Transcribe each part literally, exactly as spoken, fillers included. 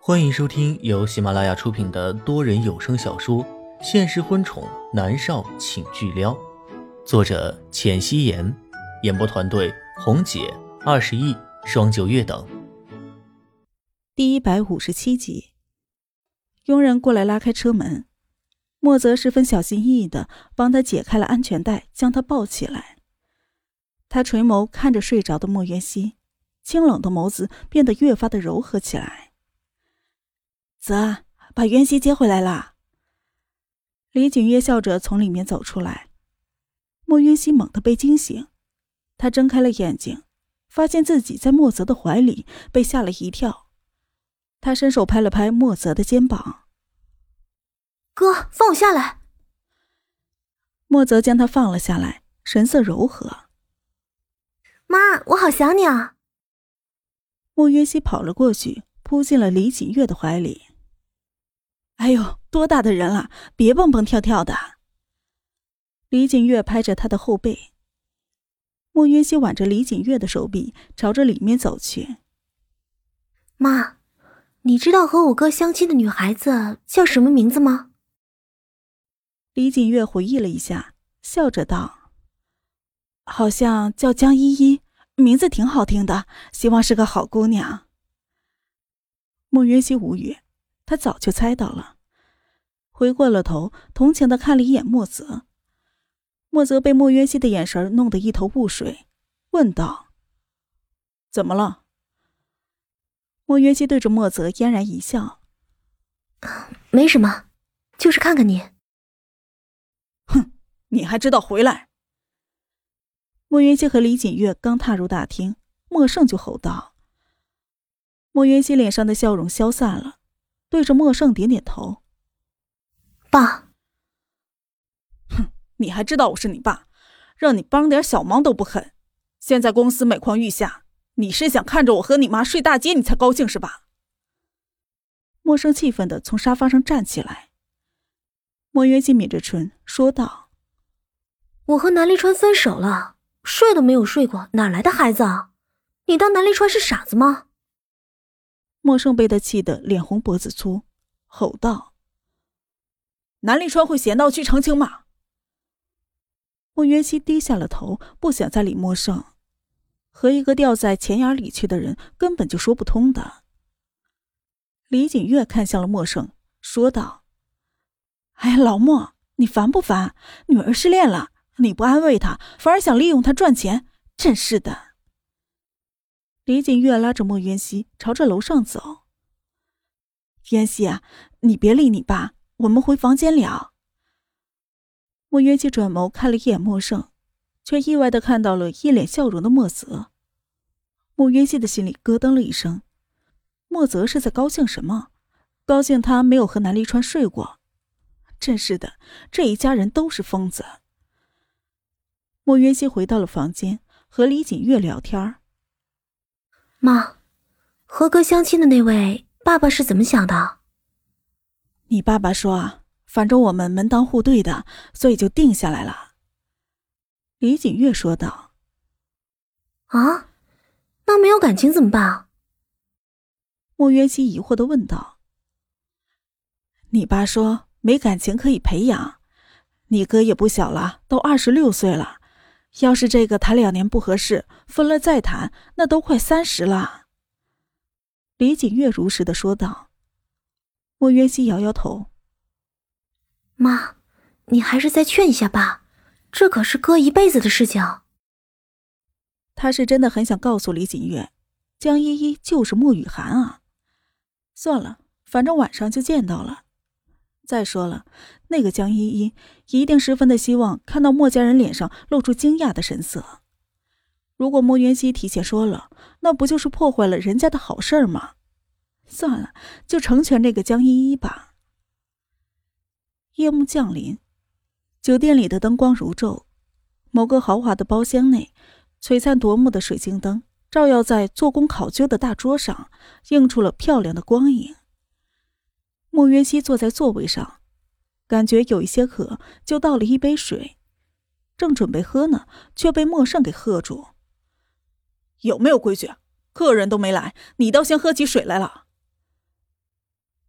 欢迎收听由喜马拉雅出品的多人有声小说《现实婚宠男少请巨撩》，作者浅汐颜，演播团队红姐、二十亿、双九月等。 第一百五十七集，佣人过来拉开车门，莫泽十分小心翼翼地帮他解开了安全带，将他抱起来。他垂眸看着睡着的莫渊熙，清冷的眸子变得越发的柔和起来。泽，把渊熙接回来了。李景月笑着从里面走出来。莫渊熙猛地被惊醒，他睁开了眼睛，发现自己在莫泽的怀里，被吓了一跳。他伸手拍了拍莫泽的肩膀： 哥，放我下来。 莫泽将他放了下来，神色柔和： 妈，我好想你啊。 莫渊熙跑了过去，扑进了李锦月的怀里。哎呦，多大的人了，别蹦蹦跳跳的。李锦月拍着他的后背。莫渊熙挽着李锦月的手臂，朝着里面走去。 妈，你知道和我哥相亲的女孩子叫什么名字吗？ 李锦月回忆了一下，笑着道：好像叫江依依，名字挺好听的，希望是个好姑娘。莫渊熙无语，他早就猜到了。回过了头，同情地看了一眼莫泽。莫泽被莫渊熙的眼神弄得一头雾水，问道：怎么了？莫渊熙对着莫泽嫣然一笑： 没什么，就是看看你。 哼，你还知道回来？莫渊熙和李锦月刚踏入大厅，莫胜就吼道。莫渊熙脸上的笑容消散了，对着莫胜点点头： 爸。 哼，你还知道我是你爸，让你帮点小忙都不肯。现在公司每况愈下，你是想看着我和你妈睡大街你才高兴是吧？莫胜气愤地从沙发上站起来。莫渊熙抿着唇说道： 我和南立川分手了，睡都没有睡过，哪来的孩子啊？你当南立川是傻子吗？ 莫胜被他气得脸红脖子粗，吼道：南立川会闲到去澄清吗？莫渊熙低下了头，不想再理莫胜。和一个掉在钱眼里去的人根本就说不通的。李锦月看向了莫胜，说道：哎呀，老莫，你烦不烦？女儿失恋了，你不安慰她，反而想利用她赚钱，真是的。李锦月拉着莫渊熙朝着楼上走。渊熙啊，你别理你爸，我们回房间聊。莫渊熙转眸看了一眼莫胜，却意外地看到了一脸笑容的莫泽。莫渊熙的心里咯噔了一声，莫泽是在高兴什么？高兴他没有和南立川睡过？真是的，这一家人都是疯子。莫渊熙回到了房间，和李锦月聊天。 妈，和哥相亲的那位爸爸是怎么想的？ 你爸爸说啊，反正我们门当户对的，所以就定下来了。李锦月说道。 啊，那没有感情怎么办？ 莫渊熙疑惑地问道。你爸说没感情可以培养，你哥也不小了，都二十六岁了，要是这个谈两年不合适，分了再谈，那都快三十了。李锦月如实地说道。莫渊熙摇摇头。 妈，你还是再劝一下爸，这可是哥一辈子的事情。 他是真的很想告诉李锦月，江依依就是莫雨涵啊。算了，反正晚上就见到了。再说了，那个江依依一定十分的希望看到莫家人脸上露出惊讶的神色。如果莫渊熙提前说了，那不就是破坏了人家的好事吗？算了，就成全这个江依依吧。夜幕降临，酒店里的灯光如昼，某个豪华的包厢内，璀璨夺目的水晶灯照耀在做工考究的大桌上，映出了漂亮的光影。莫渊熙坐在座位上，感觉有一些渴，就倒了一杯水，正准备喝呢，却被莫胜给喝住。有没有规矩？客人都没来，你倒先喝起水来了。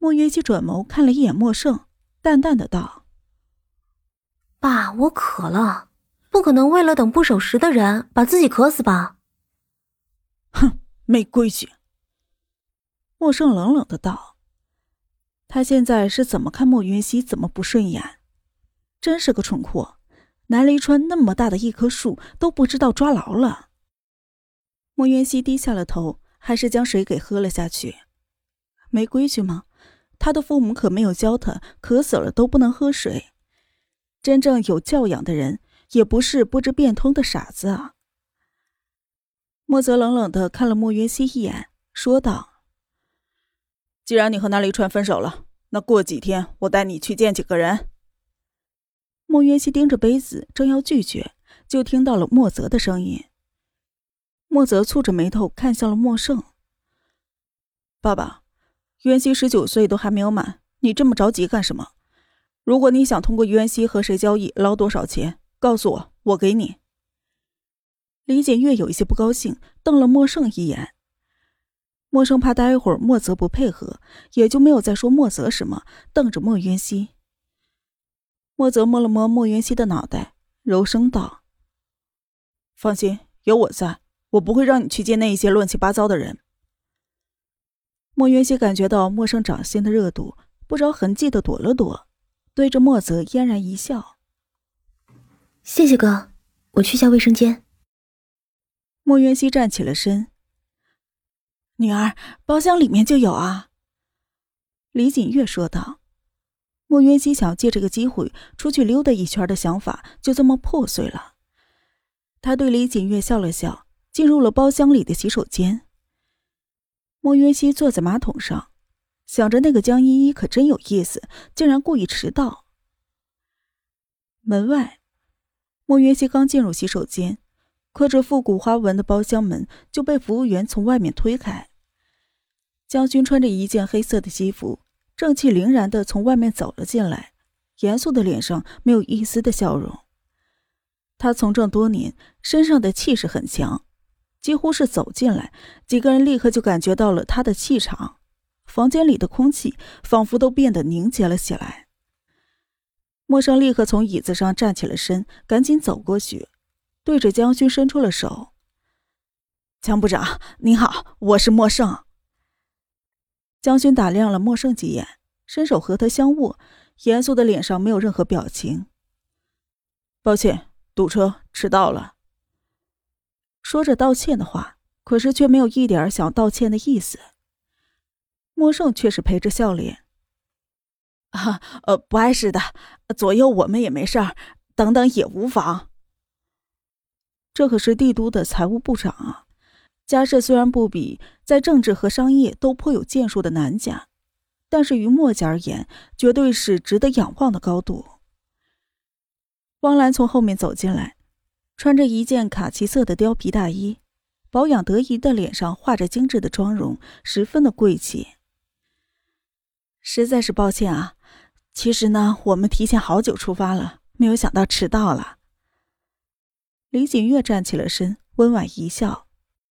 莫约西转眸看了一眼莫胜，淡淡的道： 爸，我渴了，不可能为了等不守时的人把自己渴死吧？ 哼，没规矩。莫胜冷冷的道。他现在是怎么看莫云熙怎么不顺眼，真是个蠢货，南离川那么大的一棵树都不知道抓牢了。莫云熙低下了头，还是将水给喝了下去。没规矩吗？他的父母可没有教他渴死了都不能喝水。真正有教养的人也不是不知变通的傻子啊。莫泽冷冷地看了莫云熙一眼，说道：既然你和南离川分手了，那过几天我带你去见几个人。莫云熙盯着杯子正要拒绝，就听到了莫泽的声音。莫泽蹙着眉头看向了莫胜。爸爸，渊熙十九岁都还没有满，你这么着急干什么？如果你想通过渊熙和谁交易捞多少钱，告诉我，我给你。李简月有一些不高兴，瞪了莫胜一眼。莫胜怕待会儿莫泽不配合，也就没有再说莫泽什么，瞪着莫渊熙。莫泽摸了摸莫渊熙的脑袋，柔声道：放心，有我在，我不会让你去见那一些乱七八糟的人。莫渊熙感觉到莫胜掌心的热度，不着痕迹地躲了躲，对着莫泽嫣然一笑： 谢谢哥，我去下卫生间。 莫渊熙站起了身：女儿，包厢里面就有啊。李锦月说道。莫渊熙想借这个机会出去溜达一圈的想法就这么破碎了。他对李锦月笑了笑，进入了包厢里的洗手间。莫渊熙坐在马桶上，想着那个江依依可真有意思，竟然故意迟到。门外，莫渊熙刚进入洗手间，刻着复古花纹的包厢门就被服务员从外面推开。江军穿着一件黑色的西服，正气凛然地从外面走了进来，严肃的脸上没有一丝的笑容。他从政多年，身上的气势很强，几乎是走进来，几个人立刻就感觉到了他的气场，房间里的空气仿佛都变得凝结了起来。莫胜立刻从椅子上站起了身，赶紧走过去，对着江勋伸出了手：江部长您好，我是莫胜。江勋打量了莫胜几眼，伸手和他相握，严肃的脸上没有任何表情。抱歉，堵车迟到了。说着道歉的话，可是却没有一点想道歉的意思。莫胜却是陪着笑脸：啊，呃，不碍事的，左右我们也没事儿，等等也无妨。这可是帝都的财务部长啊，家世虽然不比在政治和商业都颇有建树的南家，但是于墨家而言，绝对是值得仰望的高度。汪兰从后面走进来，穿着一件卡其色的貂皮大衣，保养得宜的脸上画着精致的妆容，十分的贵气。实在是抱歉啊，其实呢，我们提前好久出发了，没有想到迟到了。李锦月站起了身，温婉一笑：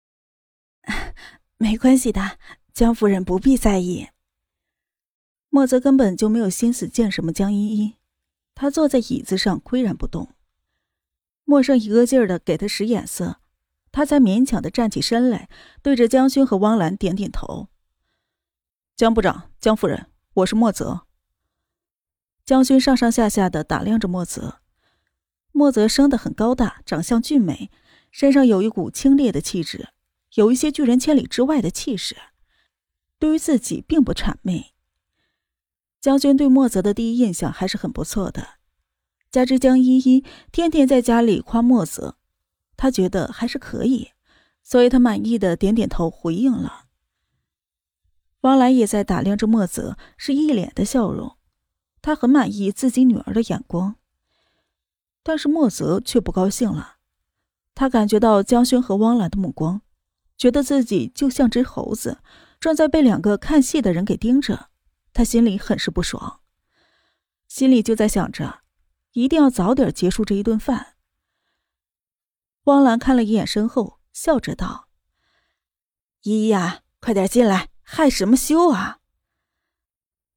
没关系的，江夫人不必在意。莫泽根本就没有心思见什么江依依，他坐在椅子上岿然不动。莫胜一个劲儿地给他使眼色，他才勉强地站起身来，对着江勋和汪兰点点头：江部长，江夫人，我是莫泽。江勋上上下下地打量着莫泽。莫泽生得很高大，长相俊美，身上有一股清冽的气质，有一些拒人千里之外的气势，对于自己并不谄媚。江军对莫泽的第一印象还是很不错的，加之江依依天天在家里夸莫泽，他觉得还是可以，所以他满意的点点头回应了。汪兰也在打量着莫泽，是一脸的笑容，他很满意自己女儿的眼光。但是莫泽却不高兴了，他感觉到江勋和汪兰的目光，觉得自己就像只猴子，正在被两个看戏的人给盯着，他心里很是不爽，心里就在想着一定要早点结束这一顿饭。汪兰看了一眼身后，笑着道：依依啊，快点进来，害什么羞啊。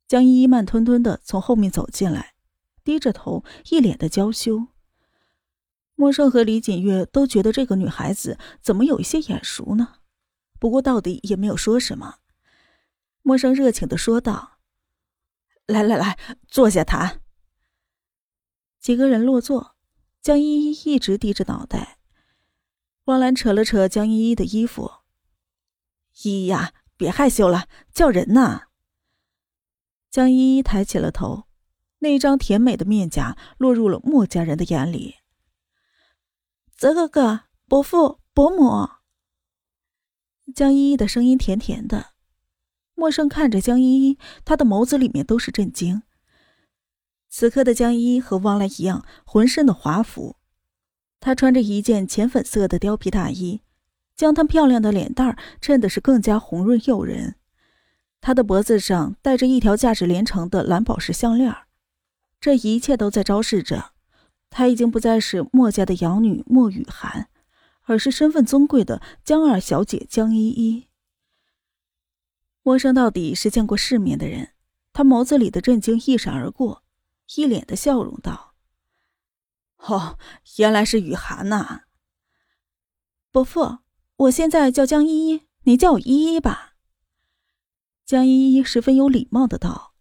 江依依慢吞吞地从后面走进来，低着头，一脸的娇羞。默笙和李锦月都觉得这个女孩子怎么有一些眼熟呢？不过到底也没有说什么。默笙热情地说道：“来来来，坐下谈。”几个人落座，江依依一直低着脑袋。汪兰扯了扯江依依的衣服：“依依呀，别害羞了，叫人呢。”江依依抬起了头，那张甜美的面颊落入了莫家人的眼里。“泽哥哥，伯父，伯母。”江依依的声音甜甜的。默笙看着江依依，她的眸子里面都是震惊。此刻的江依依和汪兰一样，浑身的华服。她穿着一件浅粉色的貂皮大衣，将她漂亮的脸蛋儿衬得是更加红润诱人。她的脖子上戴着一条价值连城的蓝宝石项链，这一切都在昭示着，她已经不再是莫家的养女莫雨涵，而是身份尊贵的江二小姐江依依。默笙到底是见过世面的人，他眸子里的震惊一闪而过，一脸的笑容道：“哦，原来是雨涵呐。伯父，我现在叫江依依，你叫我依依吧。”江依依十分有礼貌的道。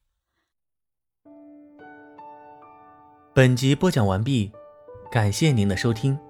本集播讲完毕，感谢您的收听。